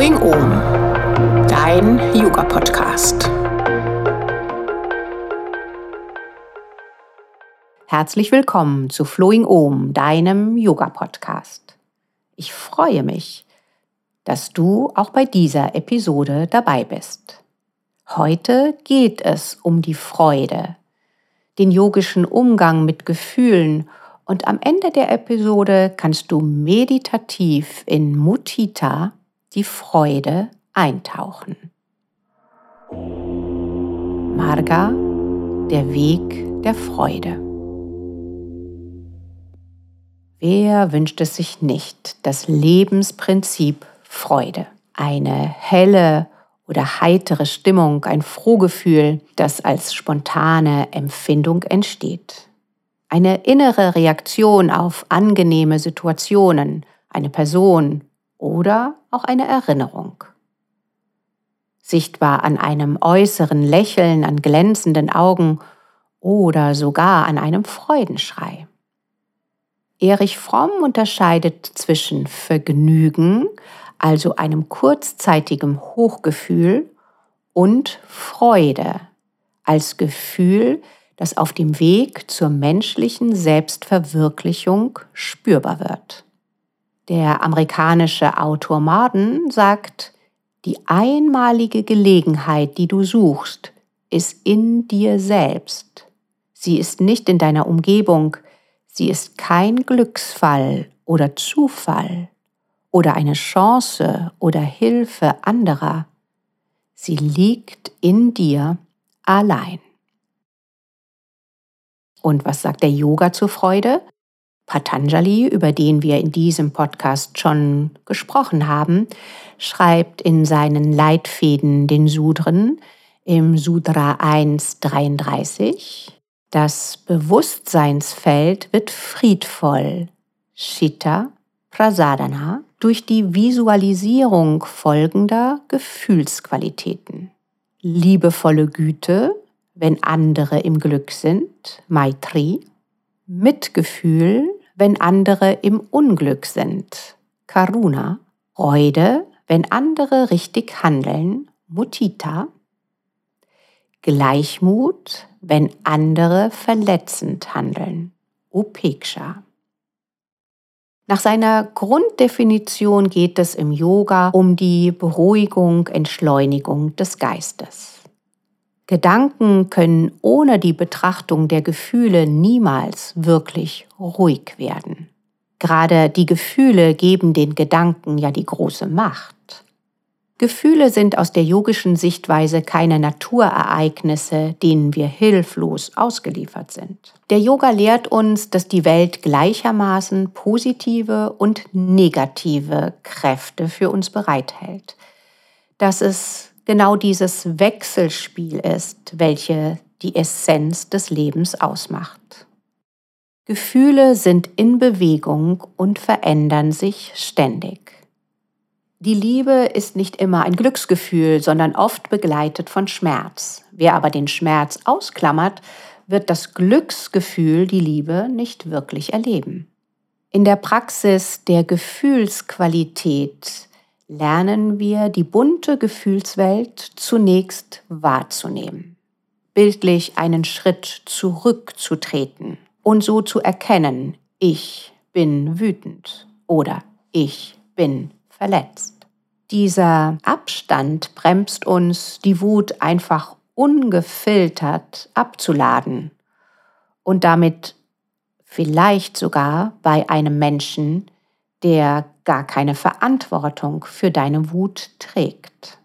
Flowing Om, dein Yoga-Podcast. Herzlich willkommen zu Flowing Om, deinem Yoga-Podcast. Ich freue mich, dass du auch bei dieser Episode dabei bist. Heute geht es um die Freude, den yogischen Umgang mit Gefühlen und am Ende der Episode kannst du meditativ in Mudita, die Freude, eintauchen. Marga, der Weg der Freude. Wer wünscht es sich nicht, das Lebensprinzip Freude? Eine helle oder heitere Stimmung, ein Frohgefühl, das als spontane Empfindung entsteht. Eine innere Reaktion auf angenehme Situationen, eine Person oder auch eine Erinnerung. Sichtbar an einem äußeren Lächeln, an glänzenden Augen oder sogar an einem Freudenschrei. Erich Fromm unterscheidet zwischen Vergnügen, also einem kurzzeitigen Hochgefühl, und Freude als Gefühl, das auf dem Weg zur menschlichen Selbstverwirklichung spürbar wird. Der amerikanische Autor Marden sagt, die einmalige Gelegenheit, die du suchst, ist in dir selbst. Sie ist nicht in deiner Umgebung, sie ist kein Glücksfall oder Zufall oder eine Chance oder Hilfe anderer. Sie liegt in dir allein. Und was sagt der Yoga zur Freude? Patanjali, über den wir in diesem Podcast schon gesprochen haben, schreibt in seinen Leitfäden, den Sudren, im Sudra 1,33, das Bewusstseinsfeld wird friedvoll, Chitta Prasadana, durch die Visualisierung folgender Gefühlsqualitäten. Liebevolle Güte, wenn andere im Glück sind, Maitri. Mitgefühl, wenn andere im Unglück sind, Karuna. Freude, wenn andere richtig handeln, Mudita. Gleichmut, wenn andere verletzend handeln, Upeksha. Nach seiner Grunddefinition geht es im Yoga um die Beruhigung, Entschleunigung des Geistes. Gedanken können ohne die Betrachtung der Gefühle niemals wirklich ruhig werden. Gerade die Gefühle geben den Gedanken ja die große Macht. Gefühle sind aus der yogischen Sichtweise keine Naturereignisse, denen wir hilflos ausgeliefert sind. Der Yoga lehrt uns, dass die Welt gleichermaßen positive und negative Kräfte für uns bereithält. Dass es genau dieses Wechselspiel ist, welche die Essenz des Lebens ausmacht. Gefühle sind in Bewegung und verändern sich ständig. Die Liebe ist nicht immer ein Glücksgefühl, sondern oft begleitet von Schmerz. Wer aber den Schmerz ausklammert, wird das Glücksgefühl, die Liebe, nicht wirklich erleben. In der Praxis der Gefühlsqualität lernen wir, die bunte Gefühlswelt zunächst wahrzunehmen, bildlich einen Schritt zurückzutreten und so zu erkennen, ich bin wütend oder ich bin verletzt. Dieser Abstand bremst uns, die Wut einfach ungefiltert abzuladen und damit vielleicht sogar bei einem Menschen, der gar keine Verantwortung für deine Wut trägt.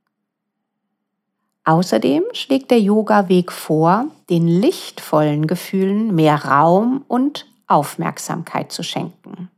Außerdem schlägt der Yoga-Weg vor, den lichtvollen Gefühlen mehr Raum und Aufmerksamkeit zu schenken.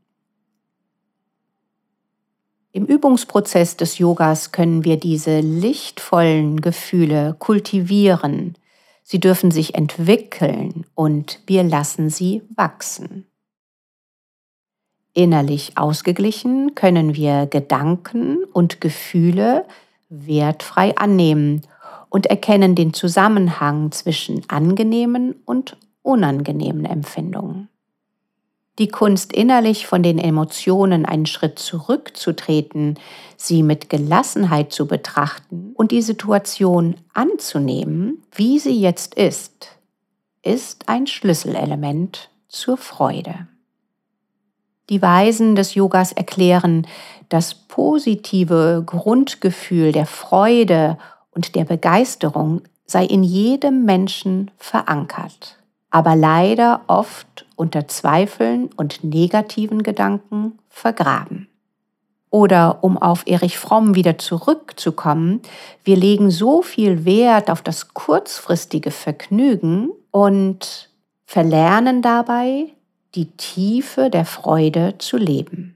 Im Übungsprozess des Yogas können wir diese lichtvollen Gefühle kultivieren. Sie dürfen sich entwickeln und wir lassen sie wachsen. Innerlich ausgeglichen können wir Gedanken und Gefühle wertfrei annehmen und erkennen den Zusammenhang zwischen angenehmen und unangenehmen Empfindungen. Die Kunst, innerlich von den Emotionen einen Schritt zurückzutreten, sie mit Gelassenheit zu betrachten und die Situation anzunehmen, wie sie jetzt ist ein Schlüsselelement zur Freude. Die Weisen des Yogas erklären, das positive Grundgefühl der Freude und der Begeisterung sei in jedem Menschen verankert, aber leider oft unter Zweifeln und negativen Gedanken vergraben. Oder um auf Erich Fromm wieder zurückzukommen, wir legen so viel Wert auf das kurzfristige Vergnügen und verlernen dabei, die Tiefe der Freude zu leben.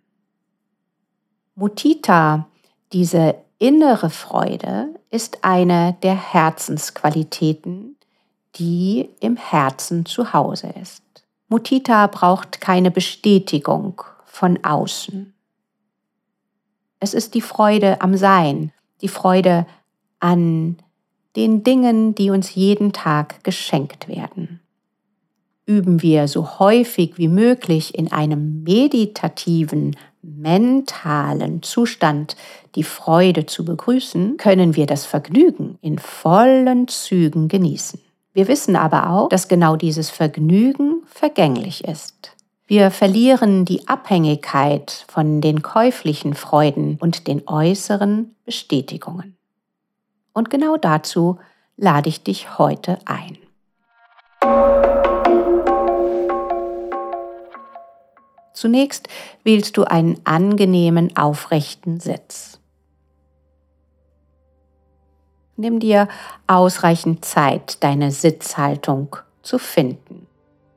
Mudita, diese innere Freude, ist eine der Herzensqualitäten, die im Herzen zu Hause ist. Mudita braucht keine Bestätigung von außen. Es ist die Freude am Sein, die Freude an den Dingen, die uns jeden Tag geschenkt werden. Üben wir so häufig wie möglich in einem meditativen, mentalen Zustand die Freude zu begrüßen, können wir das Vergnügen in vollen Zügen genießen. Wir wissen aber auch, dass genau dieses Vergnügen vergänglich ist. Wir verlieren die Abhängigkeit von den käuflichen Freuden und den äußeren Bestätigungen. Und genau dazu lade ich dich heute ein. Zunächst wählst du einen angenehmen, aufrechten Sitz. Nimm dir ausreichend Zeit, deine Sitzhaltung zu finden.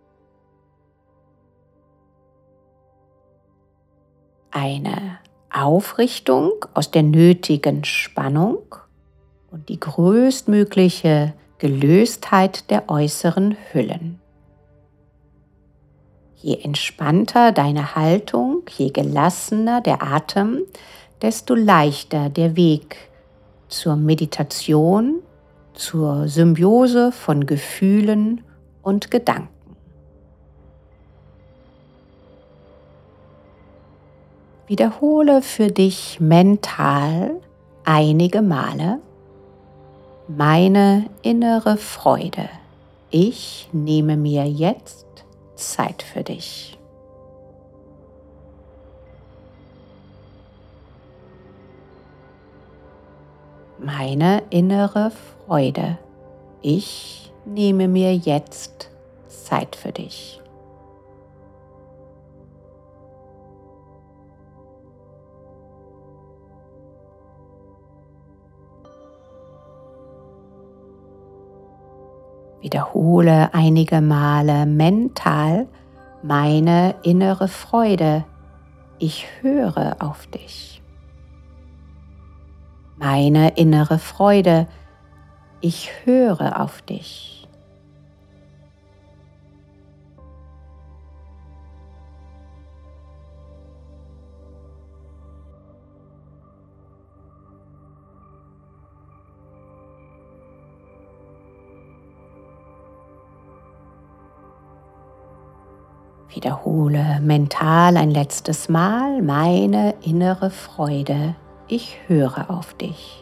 Eine Aufrichtung aus der nötigen Spannung und die größtmögliche Gelöstheit der äußeren Hüllen. Je entspannter deine Haltung, je gelassener der Atem, desto leichter der Weg zur Meditation, zur Symbiose von Gefühlen und Gedanken. Wiederhole für dich mental einige Male: Meine innere Freude. Ich nehme mir jetzt Zeit für dich. Meine innere Freude. Ich nehme mir jetzt Zeit für dich. Wiederhole einige Male mental: Meine innere Freude. Ich höre auf dich. Meine innere Freude. Ich höre auf dich. Wiederhole mental ein letztes Mal: Meine innere Freude. Ich höre auf dich.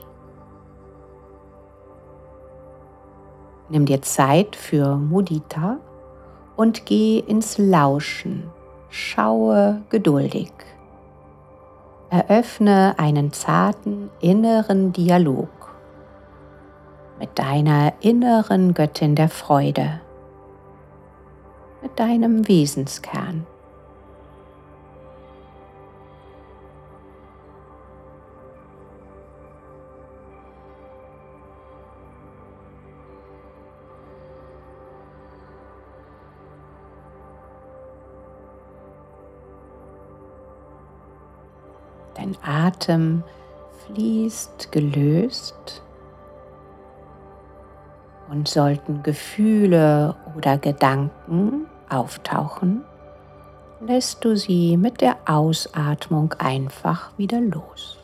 Nimm dir Zeit für Mudita und geh ins Lauschen. Schaue geduldig. Eröffne einen zarten inneren Dialog mit deiner inneren Göttin der Freude, mit deinem Wesenskern. Dein Atem fließt gelöst, und sollten Gefühle oder Gedanken auftauchen, lässt du sie mit der Ausatmung einfach wieder los.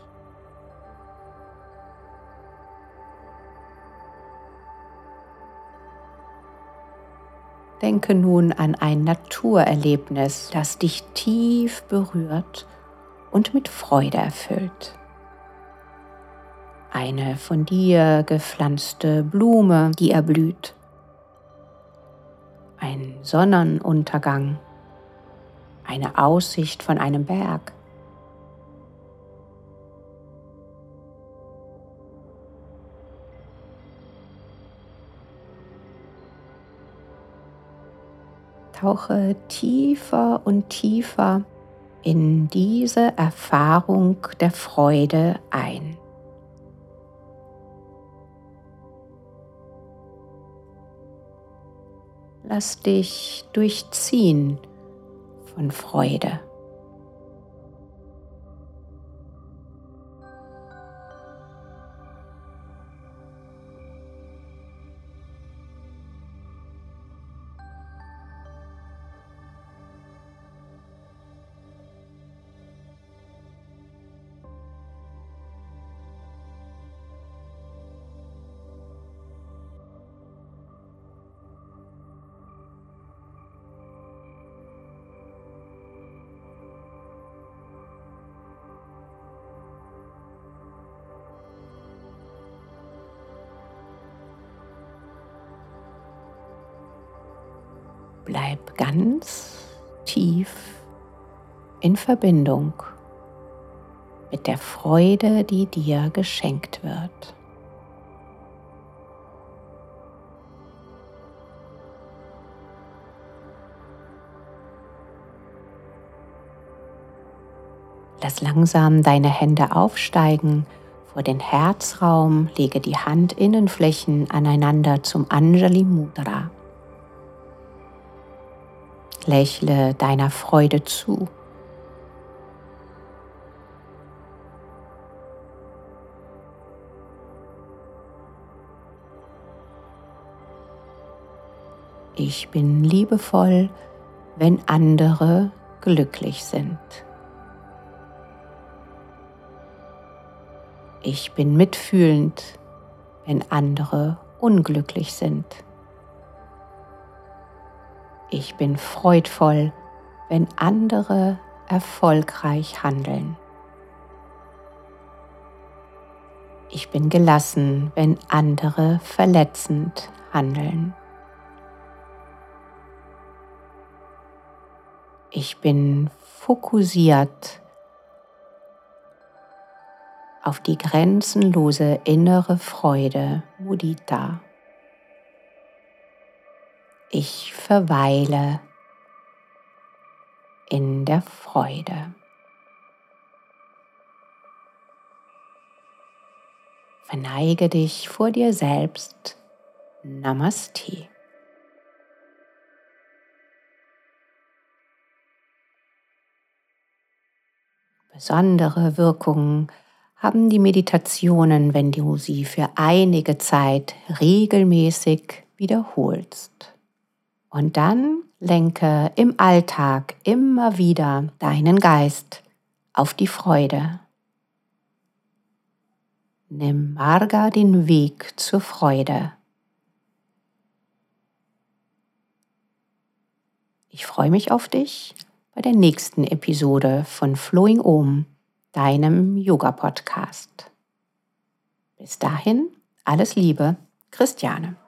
Denke nun an ein Naturerlebnis, das dich tief berührt und mit Freude erfüllt. Eine von dir gepflanzte Blume, die erblüht. Ein Sonnenuntergang. Eine Aussicht von einem Berg. Tauche tiefer und tiefer in diese Erfahrung der Freude ein. Lass dich durchziehen von Freude. Bleib ganz tief in Verbindung mit der Freude, die dir geschenkt wird. Lass langsam deine Hände aufsteigen vor den Herzraum, lege die Handinnenflächen aneinander zum Anjali Mudra. Lächle deiner Freude zu. Ich bin liebevoll, wenn andere glücklich sind. Ich bin mitfühlend, wenn andere unglücklich sind. Ich bin freudvoll, wenn andere erfolgreich handeln. Ich bin gelassen, wenn andere verletzend handeln. Ich bin fokussiert auf die grenzenlose innere Freude, Mudita. Ich verweile in der Freude. Verneige dich vor dir selbst. Namaste. Besondere Wirkungen haben die Meditationen, wenn du sie für einige Zeit regelmäßig wiederholst. Und dann lenke im Alltag immer wieder deinen Geist auf die Freude. Nimm Marga den Weg zur Freude. Ich freue mich auf dich bei der nächsten Episode von Flowing Om, deinem Yoga-Podcast. Bis dahin, alles Liebe, Christiane.